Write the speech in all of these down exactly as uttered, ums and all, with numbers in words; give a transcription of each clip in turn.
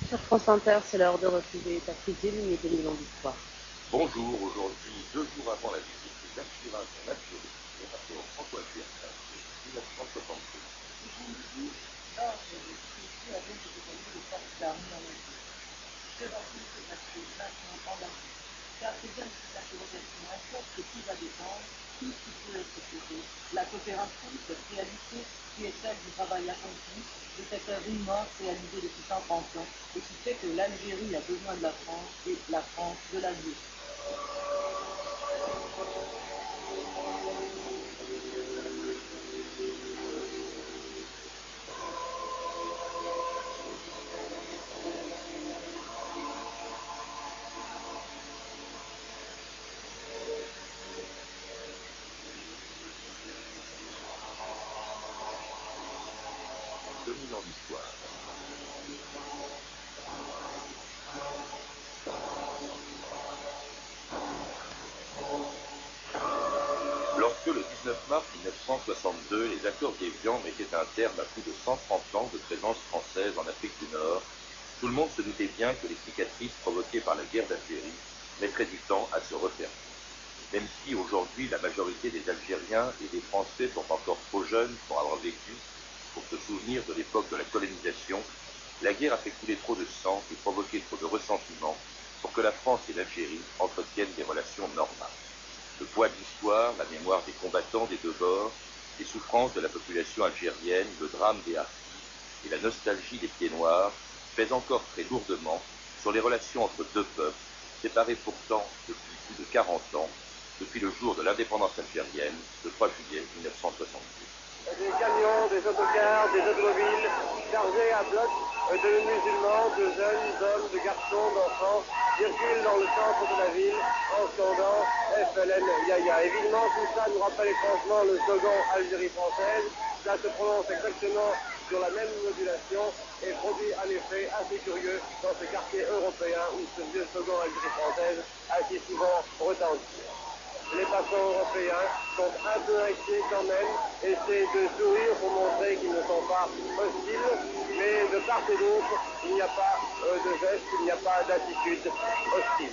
Sur France Inter, c'est l'heure de retrouver Patrick Deligny de Milan d'Histoire. Bonjour, aujourd'hui, deux jours avant la visite de Jacques Chirac en Algérie, le rapport François Pierre mille neuf cent soixante-deux. Lors de qui avait déployé les forces d'armée en Algérie. Que va-t-il se passer maintenant en Algérie? Car c'est bien de la colonisation actuelle que tout va dépendre, tout ce qui peut être fait. La coopération, cette réalité qui est celle du travail accompli, de cette œuvre immense réalisée depuis cent trente ans et qui fait que l'Algérie a besoin de la France et la France de l'Algérie. deux mille ans d'histoire. Lorsque le dix-neuf mars mille neuf cent soixante-deux, les accords d'Évian mettaient un terme à plus de cent trente ans de présence française en Afrique du Nord, tout le monde se doutait bien que les cicatrices provoquées par la guerre d'Algérie mettraient du temps à se refermer. Même si aujourd'hui la majorité des Algériens et des Français sont encore trop jeunes pour avoir vécu, pour se souvenir de l'époque de la colonisation, la guerre a fait couler trop de sang et provoqué trop de ressentiments pour que la France et l'Algérie entretiennent des relations normales. Le poids de l'histoire, la mémoire des combattants des deux bords, les souffrances de la population algérienne, le drame des harkis et la nostalgie des pieds noirs pèsent encore très lourdement sur les relations entre deux peuples, séparés pourtant depuis plus de quarante ans, depuis le jour de l'indépendance algérienne, le trois juillet mille neuf cent soixante-deux. Des camions, des autocars, des automobiles chargés à bloc de musulmans, de jeunes hommes, de garçons, d'enfants circulent dans le centre de la ville en scandant F L N Yahya. Évidemment, tout ça nous rappelle étrangement le slogan Algérie française. Ça se prononce exactement sur la même modulation et produit un effet assez curieux dans ce quartier européen où ce vieux slogan Algérie française a si souvent retenti. Les passants européens sont un peu inquiets quand même, essaient de sourire pour montrer qu'ils ne sont pas hostiles, mais de part et d'autre, il n'y a pas euh, de geste, il n'y a pas d'attitude hostile.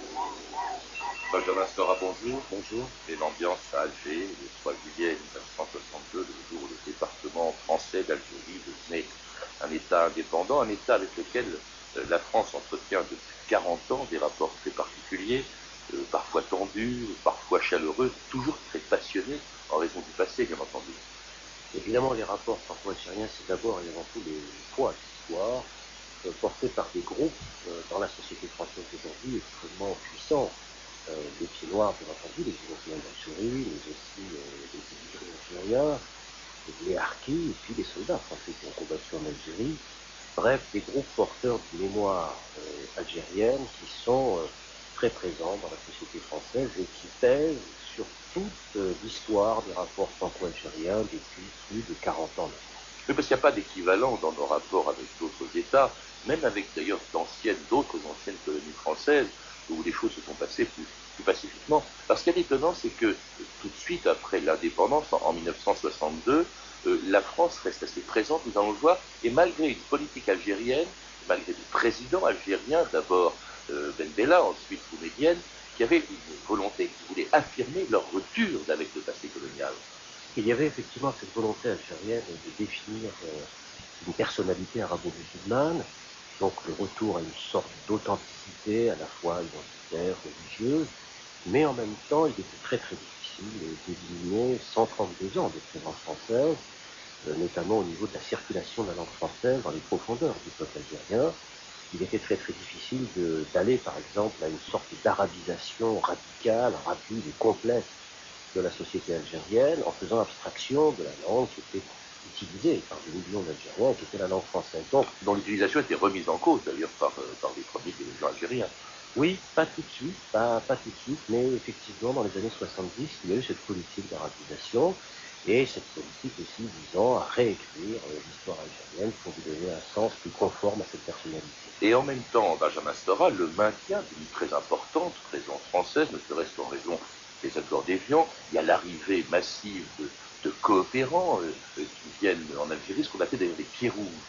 Benjamin Stora, bonjour. Bonjour. Et l'ambiance à Alger, le trois juillet mille neuf cent soixante-deux, le jour où le département français d'Algérie devenait un État indépendant, un État avec lequel la France entretient depuis quarante ans des rapports très particuliers, Euh, parfois tendus, parfois chaleureux, toujours très passionnés, en raison du passé, bien entendu. Évidemment, les rapports franco-algériens, c'est d'abord et avant tout les poids d'histoire euh, portés par des groupes euh, dans la société française d'aujourd'hui extrêmement puissants. Euh, les pieds noirs, bien entendu, les Européens d'Algérie, mais aussi euh, les immigrés algériens, les harkis, et puis les soldats français qui ont combattu en Algérie. Bref, des groupes porteurs de mémoire euh, algérienne qui sont euh, très présents dans la société française et qui pèsent sur toute euh, l'histoire des rapports franco-algériens depuis plus de quarante ans. Mais parce qu'il n'y a pas d'équivalent dans nos rapports avec d'autres États, même avec d'ailleurs d'anciennes, d'autres anciennes colonies françaises, où les choses se sont passées plus, plus pacifiquement. Parce qu'il y a d'étonnant, c'est que tout de suite après l'indépendance, en, en mille neuf cent soixante-deux, euh, la France reste assez présente, nous allons le voir, et malgré une politique algérienne, malgré des présidents algériens, d'abord euh, Ben Bella, ensuite Boumedienne, qui avaient une volonté, qui voulaient affirmer leur rupture avec le passé colonial. Il y avait effectivement cette volonté algérienne de définir euh, une personnalité arabo-musulmane, donc le retour à une sorte d'authenticité à la fois identitaire, religieuse, mais en même temps il était très très difficile d'éliminer cent trente-deux ans de présence française, euh, notamment au niveau de la circulation de la langue française dans les profondeurs du peuple algérien. Il était très très difficile de, d'aller par exemple à une sorte d'arabisation radicale, rapide et complète de la société algérienne en faisant abstraction de la langue qui était utilisée par des millions d'Algériens, qui était la langue française. Donc, dont l'utilisation était remise en cause d'ailleurs par, euh, par les premiers dirigeants algériens. Oui, pas tout de suite, pas, pas tout de suite, mais effectivement dans les années soixante-dix, il y a eu cette politique d'arabisation et cette politique aussi visant à réécrire euh, l'histoire algérienne pour lui donner un sens plus conforme à cette personnalité. Et en même temps, Benjamin Stora, le maintien d'une très importante présence française, ne serait-ce qu'en raison des accords d'Évian, il y a l'arrivée massive de, de coopérants euh, qui viennent en Algérie, ce qu'on appelle d'ailleurs des pieds rouges.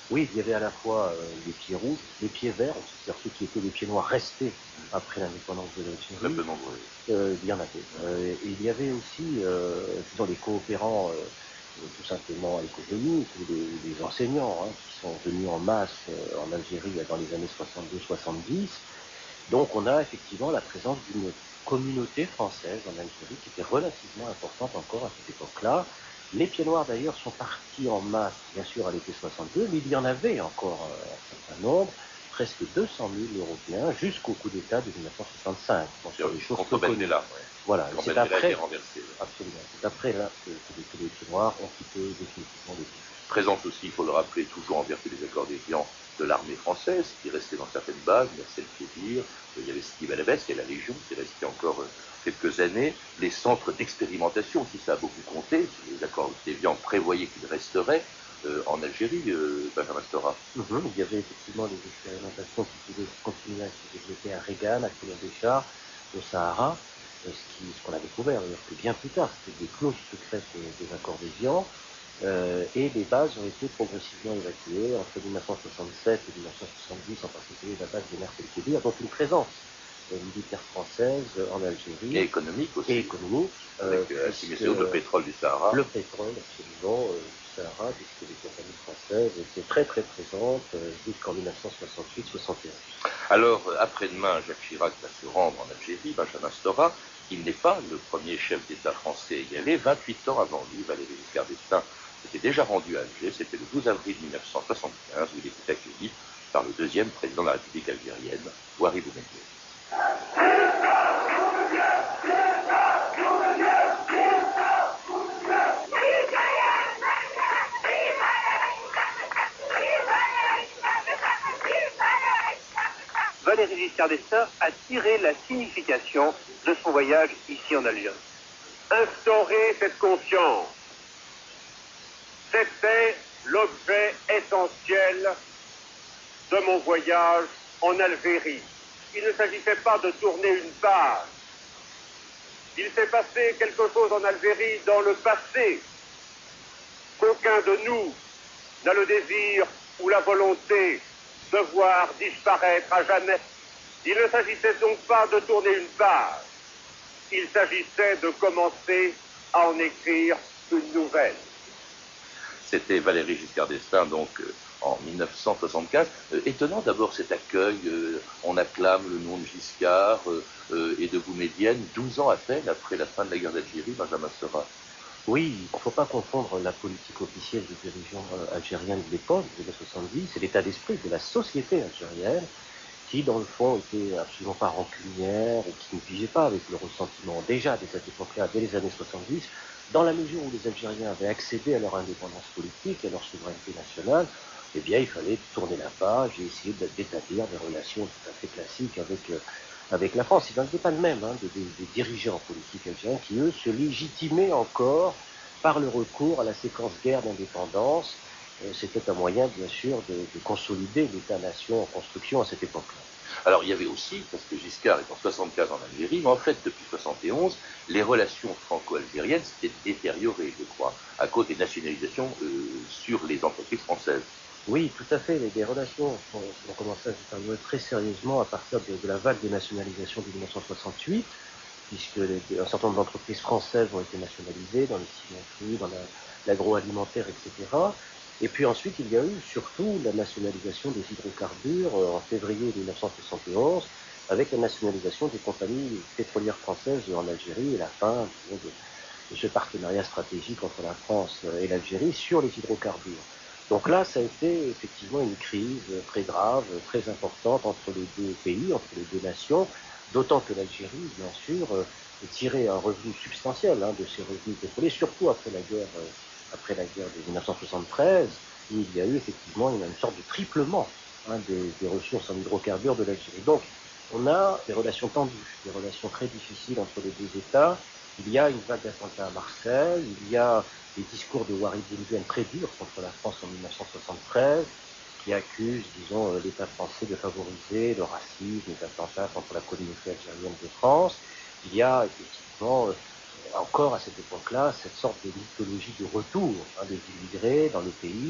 Oui, il y avait à la fois euh, les pieds rouges, les pieds verts, c'est-à-dire ceux qui étaient les pieds noirs restés après l'indépendance de l'Algérie. Très peu nombreux. Euh, il y en avait. Euh, et il y avait aussi, euh, disons, les coopérants euh, tout simplement économiques, ou les, les enseignants hein, qui sont venus en masse euh, en Algérie dans les années soixante-deux soixante-dix. Donc on a effectivement la présence d'une communauté française en Algérie qui était relativement importante encore à cette époque-là. Les pieds noirs d'ailleurs sont partis en masse, bien sûr à l'été soixante-deux, mais il y en avait encore euh, un certain nombre, presque deux cent mille Européens, jusqu'au coup d'État de mille neuf cent soixante-cinq. Bon, sur les choses contre Ben Bella, ouais. Voilà, quand c'est Ben Bella après, est renversé. absolument, c'est après là que, que, que les pieds noirs ont quitté définitivement les pays. Présence aussi, il faut le rappeler, toujours en vertu des accords d'Évian, de l'armée française, qui restait dans certaines bases, Marcel Piédir, il y avait Steve Alabès, il y a la Légion, qui est restée encore quelques années, les centres d'expérimentation, aussi ça a beaucoup compté, les accords d'Évian prévoyaient qu'ils resteraient euh, en Algérie, euh, Benjamin Stora. Mm-hmm. Il y avait effectivement des expérimentations qui pouvaient continuer à se développer à Regan, à Kouloubéchar, au Sahara, ce qui, ce qu'on a découvert, d'ailleurs, que bien plus tard, c'était des clauses secrètes des, des accords d'Évian. Euh, et les bases ont été progressivement évacuées entre mille neuf cent soixante-sept et mille neuf cent soixante-dix, en particulier la base de Merkel-Kédir, donc une présence euh, militaire française en Algérie. Et économique aussi. Et économique. Avec euh, l'assignation de pétrole du Sahara. Le pétrole, absolument, euh, du Sahara, puisque les compagnies françaises étaient très très présentes euh, jusqu'en mille neuf cent soixante-huit soixante et un. Alors, après-demain, Jacques Chirac va se rendre en Algérie, Benjamin Stora. Il n'est pas le premier chef d'État français à y aller. vingt-huit ans avant lui, Valéry Giscard d'Estaing s'était déjà rendu à Alger. C'était le douze avril mille neuf cent soixante-quinze où il était accueilli par le deuxième président de la République algérienne, Houari Boumedienne. Valéry Giscard d'Estaing a tiré la signification de son voyage ici en Algérie. Instaurer cette conscience, c'était l'objet essentiel de mon voyage en Algérie. Il ne s'agissait pas de tourner une page. Il s'est passé quelque chose en Algérie dans le passé qu'aucun de nous n'a le désir ou la volonté de voir disparaître à jamais. Il ne s'agissait donc pas de tourner une page. Il s'agissait de commencer à en écrire une nouvelle. C'était Valéry Giscard d'Estaing, donc euh, en mille neuf cent soixante-quinze. Euh, étonnant d'abord cet accueil, euh, on acclame le nom de Giscard euh, euh, et de Boumedienne, douze ans à peine après la fin de la guerre d'Algérie, Benjamin Stora. Oui, il ne faut pas confondre la politique officielle des dirigeants euh, algériens de l'époque, des années soixante-dix, et l'état d'esprit de la société algérienne, qui dans le fond était absolument pas rancunière et qui ne vivait pas avec le ressentiment déjà dès cette époque-là, dès les années soixante-dix, dans la mesure où les Algériens avaient accédé à leur indépendance politique, à leur souveraineté nationale, eh bien il fallait tourner la page et essayer d'établir des relations tout à fait classiques avec, euh, avec la France. Il n'en était pas de même hein, des, des dirigeants politiques algériens qui, eux, se légitimaient encore par le recours à la séquence guerre d'indépendance. C'était un moyen, bien sûr, de, de consolider l'État-nation en construction à cette époque-là. Alors, il y avait aussi, parce que Giscard est en soixante-quinze en Algérie, mais en fait, depuis soixante et onze, les relations franco-algériennes s'étaient détériorées, je crois, à cause des nationalisations euh, sur les entreprises françaises. Oui, tout à fait. Les, les relations ont, ont commencé à se détériorer très sérieusement à partir de, de la vague de nationalisation de mille neuf cent soixante-huit, puisque les, un certain nombre d'entreprises françaises ont été nationalisées dans les cimenteries, dans l'agroalimentaire, la, et cetera. Et puis ensuite, il y a eu surtout la nationalisation des hydrocarbures en février mille neuf cent soixante et onze, avec la nationalisation des compagnies pétrolières françaises en Algérie et la fin de, de ce partenariat stratégique entre la France et l'Algérie sur les hydrocarbures. Donc là, ça a été effectivement une crise très grave, très importante entre les deux pays, entre les deux nations, d'autant que l'Algérie, bien sûr, tirait un revenu substantiel hein, de ces revenus pétroliers, surtout après la guerre. Après la guerre de mille neuf cent soixante-treize, où il y a eu effectivement une, une sorte de triplement hein, des, des ressources en hydrocarbures de l'Algérie. Donc, on a des relations tendues, des relations très difficiles entre les deux États. Il y a une vague d'attentats à Marseille, il y a des discours de Houari Boumedienne très durs contre la France en mille neuf cent soixante-treize, qui accusent, disons, l'État français de favoriser le racisme, les attentats contre la communauté algérienne de France. Il y a effectivement encore à cette époque-là, cette sorte de mythologie de retour hein, des immigrés dans le pays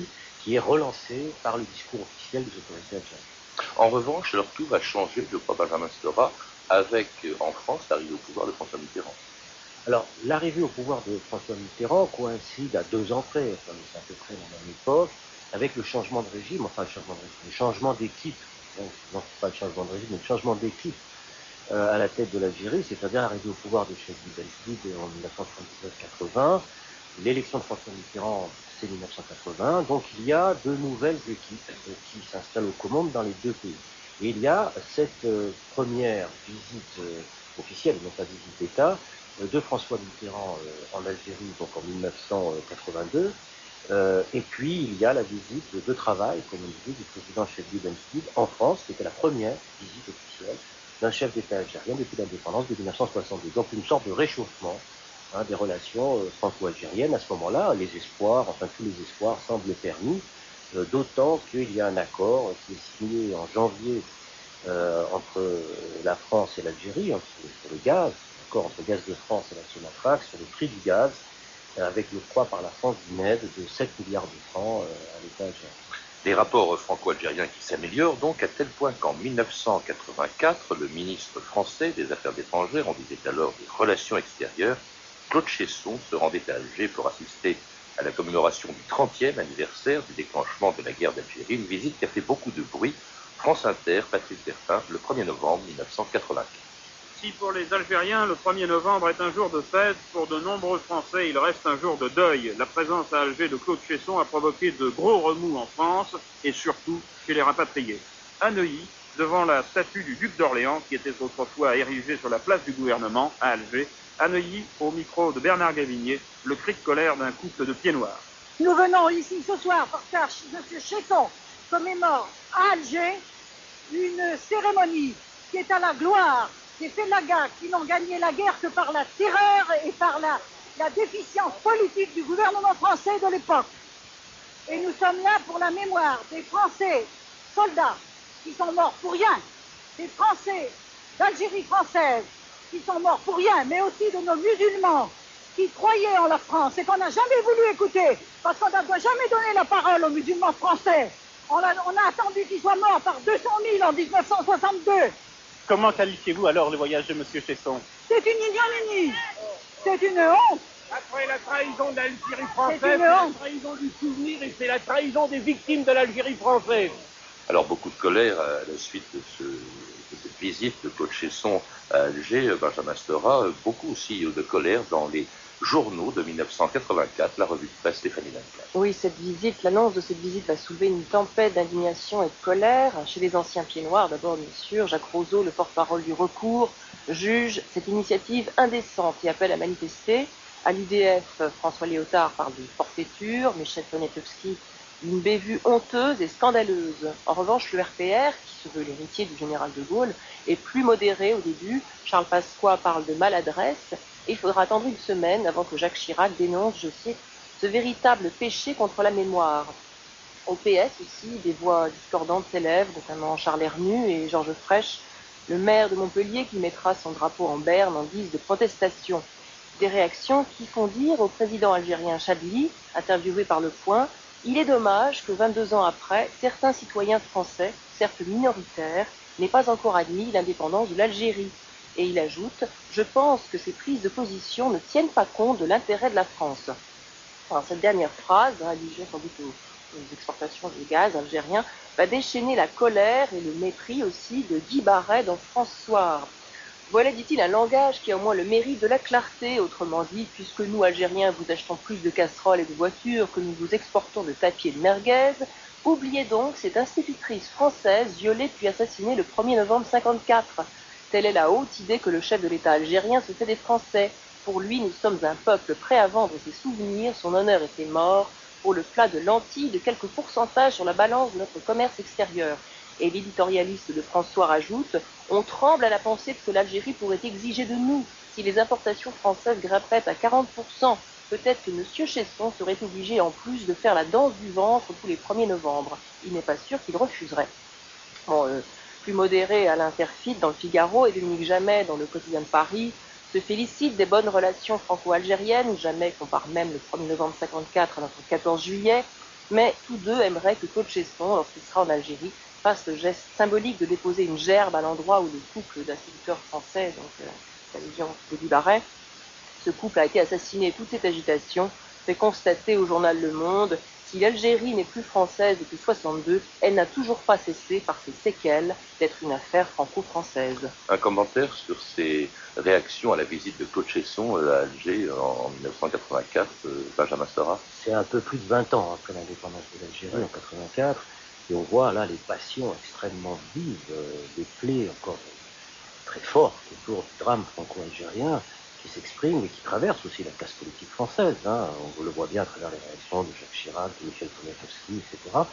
qui est relancé par le discours officiel des autorités algériennes. En revanche, leur tout va changer, je crois, Benjamin Stora, avec, en France, l'arrivée au pouvoir de François Mitterrand. Alors, l'arrivée au pouvoir de François Mitterrand coïncide à deux ans près, enfin, c'est à peu près la même époque, avec le changement de régime, enfin le changement de régime, le changement d'équipe, non, non pas le changement de régime, mais le changement d'équipe euh, à la tête de l'Algérie, c'est-à-dire l'arrivée au pouvoir de Chebli Ben Saïd en dix-neuf cent soixante-dix-neuf quatre-vingts, l'élection de François Mitterrand, c'est dix-neuf cent quatre-vingts, donc il y a deux nouvelles équipes euh, qui s'installent aux commandes dans les deux pays. Et il y a cette euh, première visite euh, officielle, non pas visite d'État, de François Mitterrand euh, en Algérie, donc en dix-neuf cent quatre-vingt-deux, euh, et puis il y a la visite de travail, comme on disait, du président Chebli Ben Saïd en France, qui était la première visite officielle d'un chef d'État algérien depuis l'indépendance de dix-neuf cent soixante-deux. Donc une sorte de réchauffement hein, des relations euh, franco-algériennes. À ce moment-là, les espoirs, enfin tous les espoirs semblent permis, euh, d'autant qu'il y a un accord qui est signé en janvier euh, entre la France et l'Algérie, hein, sur le gaz, entre Gaz de France et la Sonatrach sur le prix du gaz, avec l'octroi par la France d'une aide de sept milliards de francs à l'État algérien. Les rapports franco-algériens qui s'améliorent donc à tel point qu'en mille neuf cent quatre-vingt-quatre, le ministre français des Affaires étrangères, on disait alors des Relations extérieures, Claude Cheysson, se rendait à Alger pour assister à la commémoration du trentième anniversaire du déclenchement de la guerre d'Algérie, une visite qui a fait beaucoup de bruit. France Inter, Patrick Bertin, le premier novembre mille neuf cent quatre-vingt-quatre. Si pour les Algériens, le premier novembre est un jour de fête, pour de nombreux Français, il reste un jour de deuil. La présence à Alger de Claude Cheysson a provoqué de gros remous en France et surtout chez les rapatriés. À Neuilly, devant la statue du duc d'Orléans, qui était autrefois érigée sur la place du gouvernement à Alger, à Neuilly, au micro de Bernard Gavinier, le cri de colère d'un couple de pieds noirs. Nous venons ici ce soir parce que M. Cheysson commémore à Alger une cérémonie qui est à la gloire des Félagas qui n'ont gagné la guerre que par la terreur et par la, la déficience politique du gouvernement français de l'époque. Et nous sommes là pour la mémoire des Français soldats qui sont morts pour rien, des Français d'Algérie française qui sont morts pour rien, mais aussi de nos musulmans qui croyaient en la France et qu'on n'a jamais voulu écouter parce qu'on n'a jamais donné la parole aux musulmans français. On a, on a attendu qu'ils soient morts par deux cent mille en dix-neuf cent soixante-deux. Comment qualifiez-vous alors le voyage de M. Cheysson? C'est une ignominie, c'est une honte. Après la trahison de l'Algérie française, C'est c'est une la honte. trahison du souvenir et c'est la trahison des victimes de l'Algérie française. Alors beaucoup de colère à la suite de, ce, de cette visite de Claude Cheysson à Alger, Benjamin Stora, beaucoup aussi de colère dans les journaux de mille neuf cent quatre-vingt-quatre, la revue de presse Stéphanie Leclerc. Oui, cette visite, l'annonce de cette visite va soulever une tempête d'indignation et de colère chez les anciens pieds noirs. D'abord, bien sûr, Jacques Roseau, le porte-parole du recours, juge cette initiative indécente et appelle à manifester. À l'U D F, François Léotard parle de forfaiture, Michel Poniatowski d'une bévue honteuse et scandaleuse. En revanche, le R P R, qui se veut l'héritier du général de Gaulle, est plus modéré au début. Charles Pasqua parle de maladresse. Et il faudra attendre une semaine avant que Jacques Chirac dénonce, je cite, ce véritable péché contre la mémoire. Au P S aussi, des voix discordantes s'élèvent, notamment Charles Hernu et Georges Frêche, le maire de Montpellier qui mettra son drapeau en berne en guise de protestation. Des réactions qui font dire au président algérien Chadli, interviewé par Le Point, il est dommage que vingt-deux ans après, certains citoyens français, certes minoritaires, n'aient pas encore admis l'indépendance de l'Algérie. Et il ajoute « Je pense que ces prises de position ne tiennent pas compte de l'intérêt de la France ». Alors, cette dernière phrase, allusion sans doute aux, aux exportations de gaz algérien, va déchaîner la colère et le mépris aussi de Guy Barret dans France Soir. Voilà, dit-il, un langage qui a au moins le mérite de la clarté, autrement dit, puisque nous, Algériens, vous achetons plus de casseroles et de voitures que nous vous exportons de tapis et de merguez, oubliez donc cette institutrice française violée puis assassinée le premier novembre cinquante-quatre. Telle est la haute idée que le chef de l'État algérien se fait des Français. Pour lui, nous sommes un peuple prêt à vendre ses souvenirs, son honneur et ses morts, pour le plat de lentilles de quelques pourcentages sur la balance de notre commerce extérieur. Et l'éditorialiste de François rajoute « On tremble à la pensée de ce que l'Algérie pourrait exiger de nous. Si les importations françaises grimperaient à quarante pour cent, peut-être que M. Cheysson serait obligé en plus de faire la danse du ventre tous les premiers novembre. Il n'est pas sûr qu'il refuserait. » Bon, euh, plus modéré à l'Interfit dans le Figaro et Dominique Jamais dans le quotidien de Paris, se félicite des bonnes relations franco-algériennes. Jamais compare même le premier novembre cinquante-quatre à notre quatorze juillet. Mais tous deux aimeraient que Claude Chesson, lorsqu'il sera en Algérie, fasse le geste symbolique de déposer une gerbe à l'endroit où le couple d'instituteurs français, donc euh, la Légion de Vivarais, ce couple a été assassiné. Toute cette agitation fait constater au journal Le Monde: si l'Algérie n'est plus française depuis soixante-deux, elle n'a toujours pas cessé, par ses séquelles, d'être une affaire franco-française. Un commentaire sur ces réactions à la visite de Claude Chesson à Alger en mille neuf cent quatre-vingt-quatre, euh, Benjamin Stora. C'est un peu plus de vingt ans après l'indépendance de l'Algérie, en quatre-vingt-quatre, et on voit là les passions extrêmement vives, euh, des plaies encore très fortes autour du drame franco-algérien qui s'expriment et qui traversent aussi la classe politique française. Hein. On le voit bien à travers les réactions de Jacques Chirac, de Michel Poniatowski, et cetera.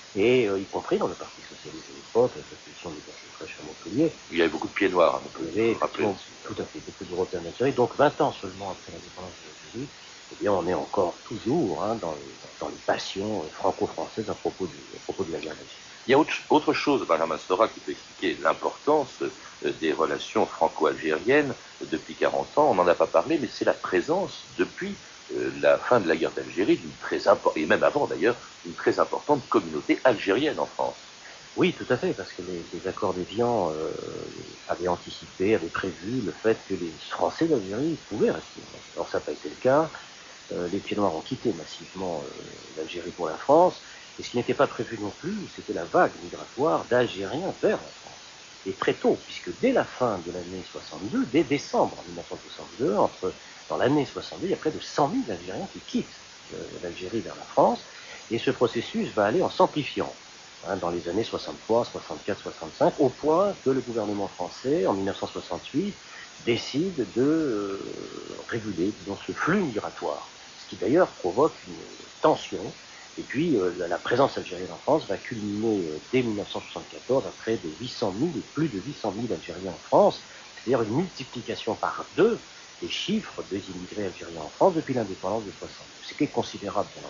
Et euh, y compris dans le Parti socialiste de l'époque, avec la position de Liberté fraîche à Montpellier. Il y avait beaucoup de pieds noirs à Montpellier. Il y avait tout à fait beaucoup d'Européens d'Algérie. Donc vingt ans seulement après l'indépendance de l'Algérie, eh bien on est encore toujours hein, dans, les, dans les passions franco-françaises à propos du, à propos de la guerre d'Algérie. Il y a autre, autre chose, Benjamin Stora, qui peut expliquer l'importance des relations franco-algériennes depuis quarante ans. On n'en a pas parlé, mais c'est la présence, depuis euh, la fin de la guerre d'Algérie, d'une très importante, et même avant d'ailleurs, d'une très importante communauté algérienne en France. Oui, tout à fait, parce que les, les accords d'Évian euh, avaient anticipé, avaient prévu le fait que les Français d'Algérie pouvaient rester. Alors ça n'a pas été le cas. Euh, les Pieds Noirs ont quitté massivement euh, l'Algérie pour la France. Et ce qui n'était pas prévu non plus, c'était la vague migratoire d'Algériens vers la France. Et très tôt, puisque dès la fin de l'année soixante-deux, dès décembre mille neuf cent soixante-deux, entre, dans l'année soixante-deux, il y a près de cent mille Algériens qui quittent euh, l'Algérie vers la France. Et ce processus va aller en s'amplifiant hein, dans les années soixante-trois, soixante-quatre, soixante-cinq, au point que le gouvernement français, en mille neuf cent soixante-huit, décide de euh, réguler disons, ce flux migratoire. Ce qui d'ailleurs provoque une tension. Et puis, euh, la, la présence algérienne en France va culminer euh, dès mille neuf cent soixante-quatorze à près de huit cent mille et plus de huit cent mille Algériens en France, c'est-à-dire une multiplication par deux des chiffres des immigrés algériens en France depuis l'indépendance de soixante-deux. Ce qui est considérable, bien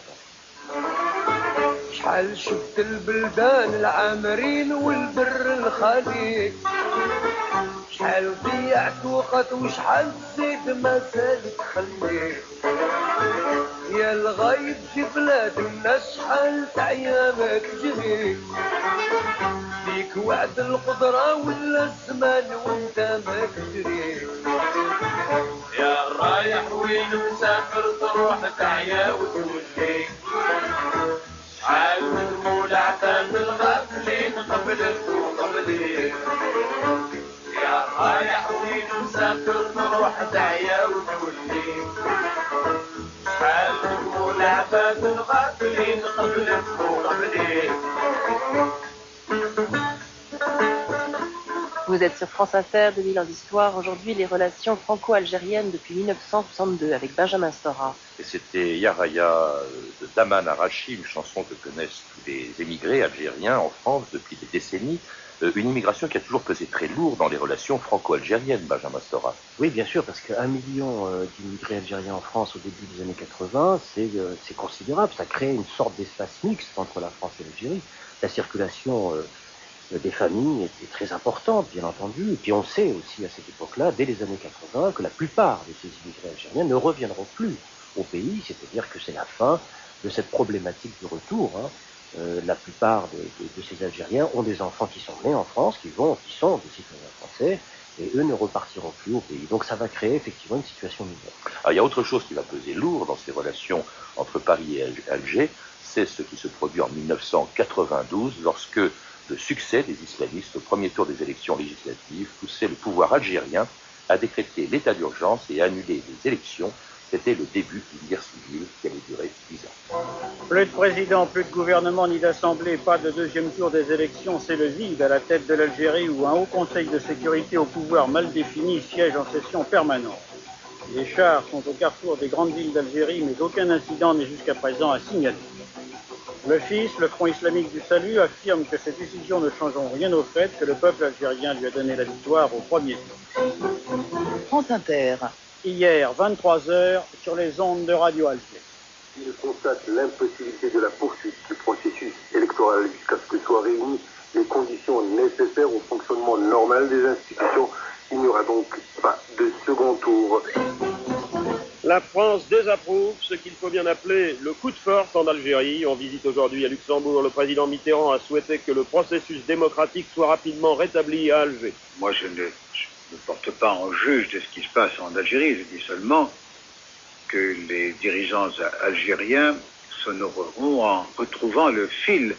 entendu. شحال شفت البلدان العامرين والبر الخليج شحال ضيعت وقت وشحال زيد ما زالت خليك يا الغايب في بلاد الناس شحال ايامك جري فيك وعد القدرة ولا الزمان وانت ما تدري يا رايح وين مسافر تروح تعيا وتولي شحال من مولعة الغافلين قبلك وقبلي يا رايح وين مسافر تروح تعيا وتولي شحال من مولعة الغافلين قبلك وقبلي. Vous êtes sur France Inter, de l'île en histoire. Aujourd'hui, les relations franco-algériennes depuis mille neuf cent soixante-deux avec Benjamin Stora. Et c'était Yaraya de Daman Arachi, une chanson que connaissent tous les émigrés algériens en France depuis des décennies. Une immigration qui a toujours pesé très lourd dans les relations franco-algériennes, Benjamin Stora. Oui, bien sûr, parce qu'un million d'immigrés algériens en France au début des années quatre-vingts, c'est, c'est considérable. Ça crée une sorte d'espace mixte entre la France et l'Algérie. La circulation euh, des familles était très importante, bien entendu. Et puis on sait aussi à cette époque-là, dès les années quatre-vingts, que la plupart de ces immigrés algériens ne reviendront plus au pays. C'est-à-dire que c'est la fin de cette problématique du retour. Hein. Euh, la plupart de, de, de ces Algériens ont des enfants qui sont nés en France, qui vont, qui sont des citoyens français, et eux ne repartiront plus au pays. Donc ça va créer effectivement une situation nouvelle. Alors il y a autre chose qui va peser lourd dans ces relations entre Paris et Alger, c'est ce qui se produit en mille neuf cent quatre-vingt-douze, lorsque le succès des islamistes au premier tour des élections législatives poussait le pouvoir algérien à décréter l'état d'urgence et à annuler les élections. C'était le début d'une guerre civile qui allait durer dix ans. Plus de président, plus de gouvernement ni d'assemblée, pas de deuxième tour des élections, c'est le vide à la tête de l'Algérie où un haut conseil de sécurité au pouvoir mal défini siège en session permanente. Les chars sont au carrefour des grandes villes d'Algérie, mais aucun incident n'est jusqu'à présent à signaler. Le F I S, le Front islamique du salut, affirme que ces décisions ne changeront rien au fait que le peuple algérien lui a donné la victoire au premier tour. France Inter. Hier, vingt-trois heures, sur les ondes de Radio Alger. Il constate l'impossibilité de la poursuite du processus électoral jusqu'à ce que soient réunies les conditions nécessaires au fonctionnement normal des institutions. Il n'y aura donc pas de second tour. La France désapprouve ce qu'il faut bien appeler le coup de force en Algérie. En visite aujourd'hui à Luxembourg, le président Mitterrand a souhaité que le processus démocratique soit rapidement rétabli à Alger. Moi, je ne, je ne porte pas en juge de ce qui se passe en Algérie. Je dis seulement que les dirigeants algériens s'honoreront en retrouvant le fil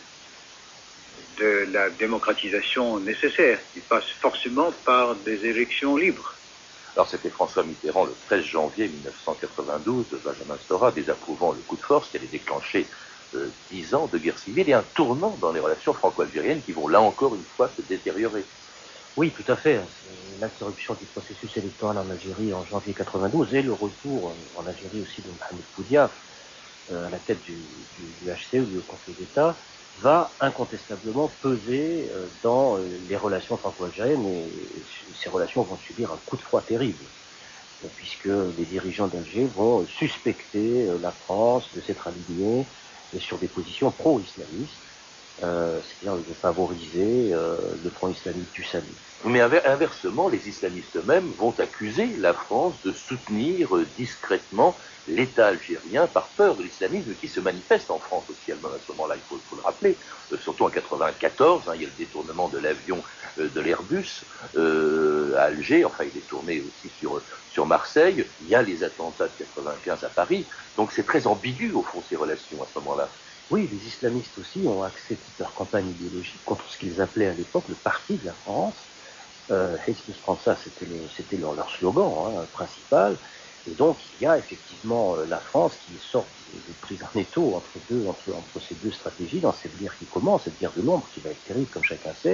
de la démocratisation nécessaire, qui passe forcément par des élections libres. Alors c'était François Mitterrand le treize janvier mille neuf cent quatre-vingt-douze, de Benjamin Stora, désapprouvant le coup de force qui allait déclencher euh, dix ans de guerre civile et un tournant dans les relations franco-algériennes qui vont là encore une fois se détériorer. Oui, tout à fait. L'interruption du processus électoral en Algérie en janvier quatre-vingt-douze et le retour en Algérie aussi de Mohamed Boudiaf euh, à la tête du, du, du H C E, du Conseil d'État, va incontestablement peser euh, dans euh, les relations franco-algériennes et, et ces relations vont subir un coup de froid terrible euh, puisque les dirigeants d'Alger vont suspecter euh, la France de s'être alignée sur des positions pro-islamistes, euh, c'est-à-dire de favoriser euh, le front islamique du salut. Mais inversement, les islamistes eux-mêmes vont accuser la France de soutenir euh, discrètement l'État algérien par peur de l'islamisme qui se manifeste en France aussi à ce moment-là, il faut, faut le rappeler, euh, surtout en quatre-vingt-quatorze, hein, il y a le détournement de l'avion euh, de l'Airbus euh, à Alger, enfin il est tourné aussi sur, sur Marseille, il y a les attentats de quatre-vingt-quinze à Paris, donc c'est très ambigu au fond ces relations à ce moment-là. Oui, les islamistes aussi ont axé toute leur campagne idéologique contre ce qu'ils appelaient à l'époque le parti de la France. Euh, Hizb ut-Tahrir, c'était, le, c'était leur, leur slogan hein, principal. Et donc, il y a effectivement euh, la France qui sort de prise en étau entre, deux, entre, entre ces deux stratégies dans cette guerre qui commence, cette guerre de l'ombre qui va être terrible, comme chacun sait.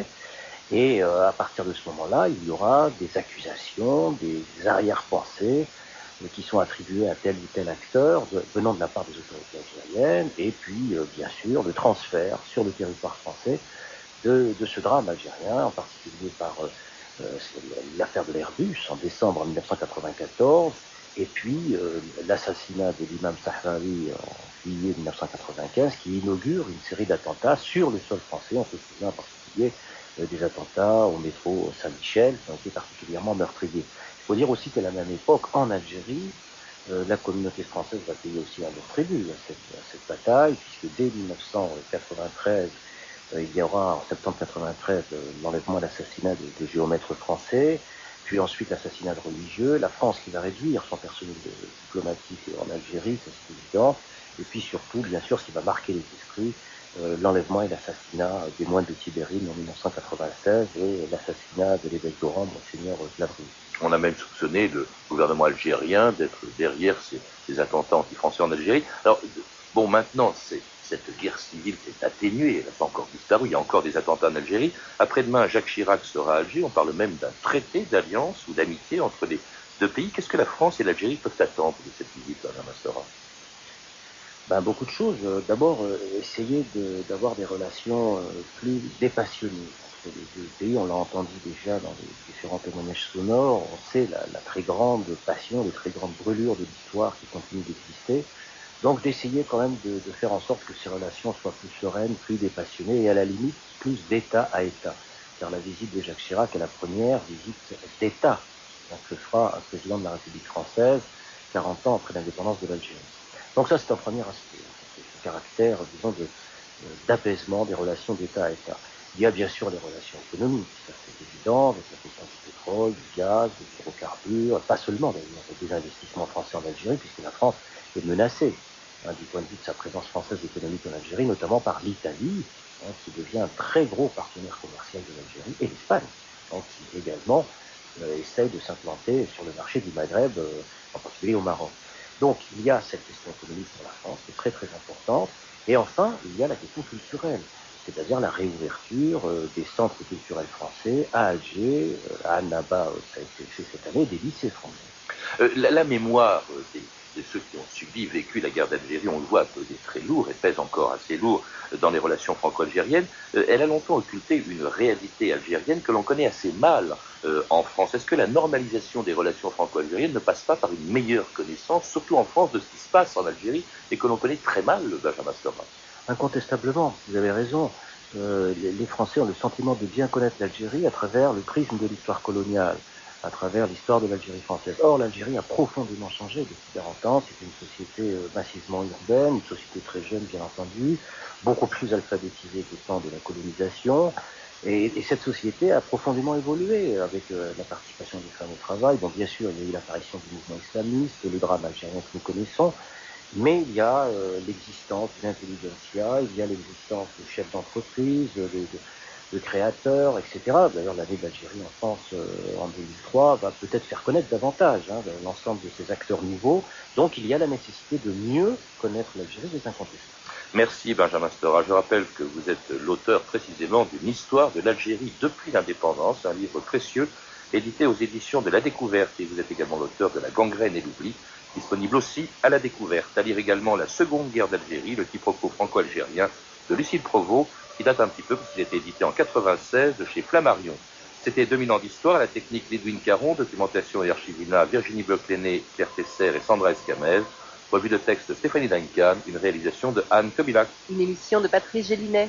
Et euh, à partir de ce moment-là, il y aura des accusations, des, des arrière-pensées euh, qui sont attribuées à tel ou tel acteur de, venant de la part des autorités algériennes, et puis, euh, bien sûr, le transfert sur le territoire français de, de ce drame algérien, en particulier par euh, euh, l'affaire de l'Airbus en décembre mille neuf cent quatre-vingt-quatorze, et puis euh, l'assassinat de l'imam Sahrawi en juillet mille neuf cent quatre-vingt-quinze qui inaugure une série d'attentats sur le sol français. On se souvient en particulier euh, des attentats au métro Saint-Michel qui ont été particulièrement meurtriers. Il faut dire aussi qu'à la même époque, en Algérie, euh, la communauté française va payer aussi un lourd tribut à cette, à cette bataille, puisque dès mille neuf cent quatre-vingt-treize, euh, il y aura en septembre quatre-vingt-treize euh, l'enlèvement et l'assassinat des, des géomètres français, puis ensuite l'assassinat de religieux, la France qui va réduire son personnel diplomatique en Algérie, ça c'est évident, et puis surtout, bien sûr, ce qui va marquer les esprits, euh, l'enlèvement et l'assassinat des moines de Tibérine en mille neuf cent quatre-vingt-seize et l'assassinat de l'évêque d'Oran, Monseigneur Lavry. On a même soupçonné le gouvernement algérien d'être derrière ces, ces attentats anti-français en Algérie. Alors, bon, maintenant, c'est cette guerre civile s'est atténuée, elle n'a pas encore disparu, il y a encore des attentats en Algérie. Après-demain, Jacques Chirac sera à Alger, on parle même d'un traité d'alliance ou d'amitié entre les deux pays. Qu'est-ce que la France et l'Algérie peuvent attendre de cette visite, Benjamin Stora ? Ben, beaucoup de choses. D'abord, euh, essayer de, d'avoir des relations euh, plus dépassionnées entre les deux pays. On l'a entendu déjà dans les différents témoignages sonores. On sait la, la très grande passion, les très grandes brûlures de l'histoire qui continuent d'exister. Donc d'essayer quand même de, de faire en sorte que ces relations soient plus sereines, plus dépassionnées et à la limite plus d'État à État. Car la visite de Jacques Chirac est la première visite d'État donc, que fera un président de la République française quarante ans après l'indépendance de l'Algérie. Donc ça c'est un premier aspect, ce caractère disons de, d'apaisement des relations d'État à État. Il y a bien sûr les relations économiques, ça c'est évident, avec la question du pétrole, du gaz, des hydrocarbures, pas seulement d'ailleurs, des investissements français en Algérie puisque la France est menacée hein, du point de vue de sa présence française économique en Algérie, notamment par l'Italie, hein, qui devient un très gros partenaire commercial de l'Algérie, et l'Espagne, hein, qui également euh, essaye de s'implanter sur le marché du Maghreb, euh, en particulier au Maroc. Donc il y a cette question économique pour la France, qui est très très importante, et enfin il y a la question culturelle, c'est-à-dire la réouverture euh, des centres culturels français à Alger, euh, à Annaba, euh, ça a été fait cette année, des lycées français. Euh, la, la mémoire euh, des de ceux qui ont subi, vécu la guerre d'Algérie, on le voit, peser très lourd et pèse encore assez lourd dans les relations franco-algériennes. Euh, elle a longtemps occulté une réalité algérienne que l'on connaît assez mal euh, en France. Est-ce que la normalisation des relations franco-algériennes ne passe pas par une meilleure connaissance, surtout en France, de ce qui se passe en Algérie et que l'on connaît très mal, Benjamin Stora ? Incontestablement, vous avez raison. Euh, les, les Français ont le sentiment de bien connaître l'Algérie à travers le prisme de l'histoire coloniale, à travers l'histoire de l'Algérie française. Or, l'Algérie a profondément changé depuis quarante ans. C'est une société massivement urbaine, une société très jeune, bien entendu, beaucoup plus alphabétisée que le temps de la colonisation. Et, et cette société a profondément évolué avec euh, la participation des femmes au travail. Bon, bien sûr, il y a eu l'apparition du mouvement islamiste, le drame algérien que nous connaissons, mais il y a euh, l'existence de l'intelligentsia, il y a l'existence de chefs d'entreprise, de, de, de créateurs, et cetera. D'ailleurs, l'année de l'Algérie en France euh, en deux mille trois va peut-être faire connaître davantage hein, l'ensemble de ces acteurs nouveaux. Donc, il y a la nécessité de mieux connaître l'Algérie des incontestés. Merci Benjamin Stora. Je rappelle que vous êtes l'auteur précisément d'une histoire de l'Algérie depuis l'indépendance, un livre précieux édité aux éditions de La Découverte. Et vous êtes également l'auteur de La gangrène et l'oubli, disponible aussi à La Découverte. À lire également La Seconde Guerre d'Algérie, le quiproquo franco-algérien de Lucile Provost, qui date un petit peu parce qu'il a été édité en quatre-vingt-seize chez Flammarion. C'était deux mille ans d'histoire, à la technique Lidwin Caron, documentation et archivina Virginie Bloch-Lenné, Pierre Tesser et Sandra Escamez. Revue de texte Stéphanie Duncan, une réalisation de Anne Kobilac. Une émission de Patrice Gélinet.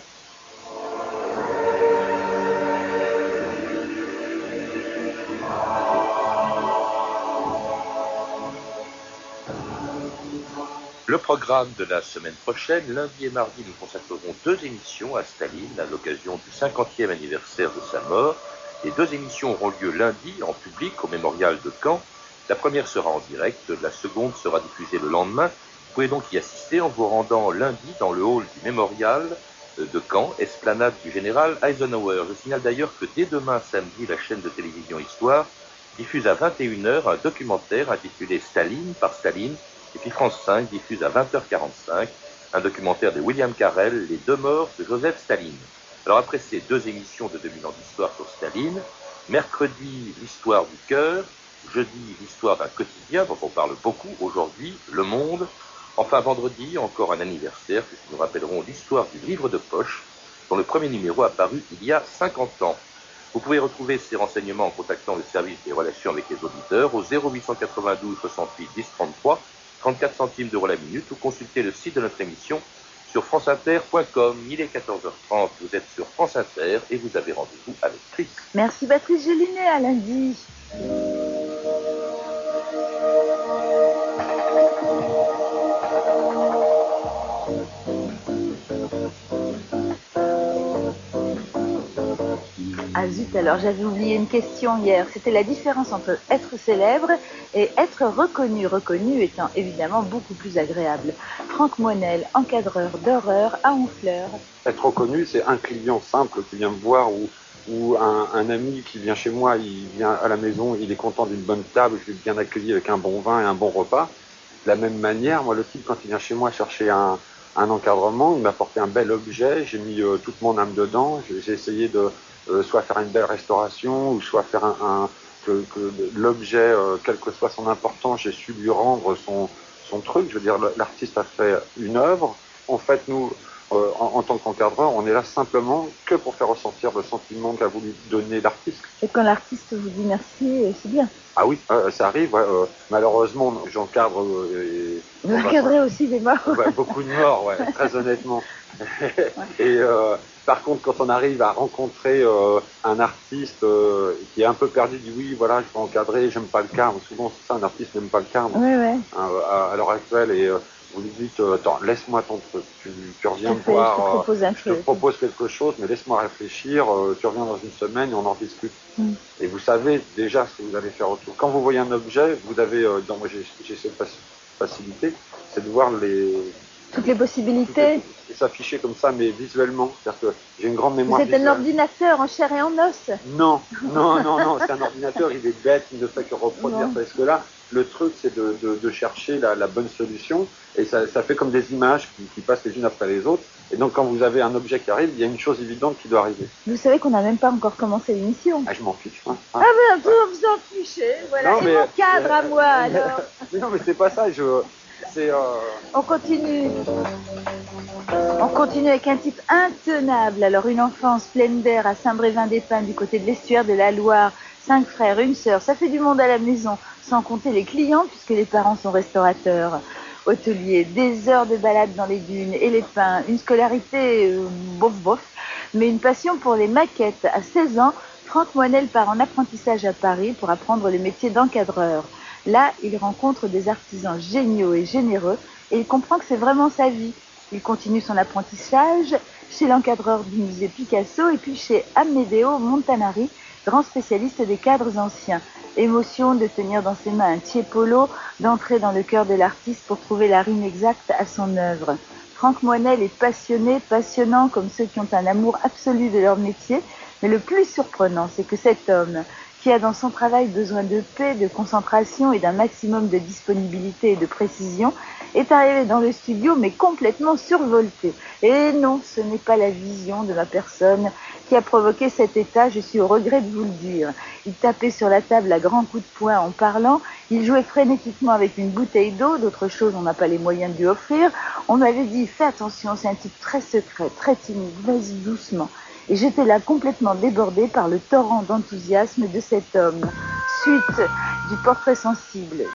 Le programme de la semaine prochaine, lundi et mardi, nous consacrerons deux émissions à Staline à l'occasion du cinquantième anniversaire de sa mort. Les deux émissions auront lieu lundi en public au mémorial de Caen. La première sera en direct, la seconde sera diffusée le lendemain. Vous pouvez donc y assister en vous rendant lundi dans le hall du mémorial de Caen, esplanade du général Eisenhower. Je signale d'ailleurs que dès demain samedi, la chaîne de télévision Histoire diffuse à vingt et une heures un documentaire intitulé Staline par Staline, et puis France cinq diffuse à vingt heures quarante-cinq un documentaire de William Carell, Les deux morts de Joseph Staline. Alors après ces deux émissions de deux mille ans d'histoire sur Staline, mercredi, l'histoire du cœur, jeudi, l'histoire d'un quotidien dont on parle beaucoup aujourd'hui, Le Monde. Enfin, vendredi, encore un anniversaire, puisque nous rappellerons l'histoire du livre de poche, dont le premier numéro a paru il y a cinquante ans. Vous pouvez retrouver ces renseignements en contactant le service des relations avec les auditeurs au zéro huit cent quatre-vingt-douze soixante-huit dix trente-trois, trente-quatre centimes d'euros la minute, ou consulter le site de notre émission sur franceinter point com. Il est quatorze heures trente, vous êtes sur France Inter et vous avez rendez-vous avec Chris. Merci Patrice Gélinet, à lundi. Ah zut, alors j'avais oublié une question hier. C'était la différence entre être célèbre et être reconnu. Reconnu étant évidemment beaucoup plus agréable. Franck Monel, encadreur d'horreur à Honfleur. Être reconnu, c'est un client simple qui vient me voir ou, ou un, un ami qui vient chez moi, il vient à la maison, il est content d'une bonne table, je l'ai bien accueilli avec un bon vin et un bon repas. De la même manière, moi, le type, quand il vient chez moi chercher un, un encadrement, il m'a apporté un bel objet, j'ai mis euh, toute mon âme dedans, j'ai, j'ai essayé de euh, soit faire une belle restauration, ou soit faire un, un que, que l'objet, euh, quelle que soit son importance, j'ai su lui rendre son, son truc. Je veux dire, l'artiste a fait une œuvre. En fait, nous, euh, en, en tant qu'encadreur, on est là simplement que pour faire ressentir le sentiment qu'a voulu donner l'artiste. Et quand l'artiste vous dit merci, c'est bien. Ah oui, euh, ça arrive. Ouais, euh, malheureusement, j'encadre. Euh, vous encadrez aussi des morts. Ouais, beaucoup de morts, ouais, très honnêtement. Ouais. Et euh, par contre, quand on arrive à rencontrer euh, un artiste euh, qui est un peu perdu, dit oui, voilà, je vais encadrer, j'aime pas le cadre. Souvent, c'est ça, un artiste n'aime pas le cadre. Oui, oui. À, à l'heure actuelle, et euh, vous lui dites, euh, attends, laisse-moi ton truc, tu, tu reviens me fais, voir, je te propose, un euh, je te propose quelque chose, mais laisse-moi réfléchir, euh, tu reviens dans une semaine et on en discute. Mm. Et vous savez déjà ce que vous allez faire autour. Quand vous voyez un objet, vous avez, euh, dans, moi j'ai, j'ai cette facilité, c'est de voir les... Toutes les possibilités. Et s'afficher comme ça, mais visuellement. C'est-à-dire que j'ai une grande mémoire visuelle. Vous êtes visuelle. un ordinateur en chair et en os. Non, non, non, non, c'est un ordinateur, il est bête, il ne fait que reproduire. Non. Parce que là, le truc, c'est de, de, de chercher la, la bonne solution, et ça, ça fait comme des images qui, qui passent les unes après les autres. Et donc, quand vous avez un objet qui arrive, il y a une chose évidente qui doit arriver. Vous savez qu'on n'a même pas encore commencé l'émission. Ah, je m'en fiche. Hein. Ah, ben, vous ouais. vous en fichez. Voilà, non, c'est mais, mon cadre euh, à moi, alors. Mais non, mais c'est pas ça, je... C'est, euh... On continue. On continue avec un type intenable. Alors, une enfance pleine d'air à Saint-Brévin-des-Pins, du côté de l'estuaire de la Loire. Cinq frères, une sœur, ça fait du monde à la maison, sans compter les clients, puisque les parents sont restaurateurs. Hôteliers, des heures de balade dans les dunes et les pins, une scolarité euh, bof bof, mais une passion pour les maquettes. À seize ans, Franck Moinel part en apprentissage à Paris pour apprendre le métier d'encadreur. Là, il rencontre des artisans géniaux et généreux et il comprend que c'est vraiment sa vie. Il continue son apprentissage chez l'encadreur du musée Picasso et puis chez Amedeo Montanari, grand spécialiste des cadres anciens. Émotion de tenir dans ses mains un tiepolo, d'entrer dans le cœur de l'artiste pour trouver la rime exacte à son œuvre. Franck Moinel est passionné, passionnant comme ceux qui ont un amour absolu de leur métier, mais le plus surprenant, c'est que cet homme, qui a dans son travail besoin de paix, de concentration et d'un maximum de disponibilité et de précision, est arrivé dans le studio mais complètement survolté. Et non, ce n'est pas la vision de ma personne qui a provoqué cet état, je suis au regret de vous le dire. Il tapait sur la table à grands coups de poing en parlant, il jouait frénétiquement avec une bouteille d'eau, d'autre chose on n'a pas les moyens de lui offrir. On m'avait dit, fais attention, c'est un type très secret, très timide, vas-y doucement. Et j'étais là complètement débordée par le torrent d'enthousiasme de cet homme. Suite du portrait sensible.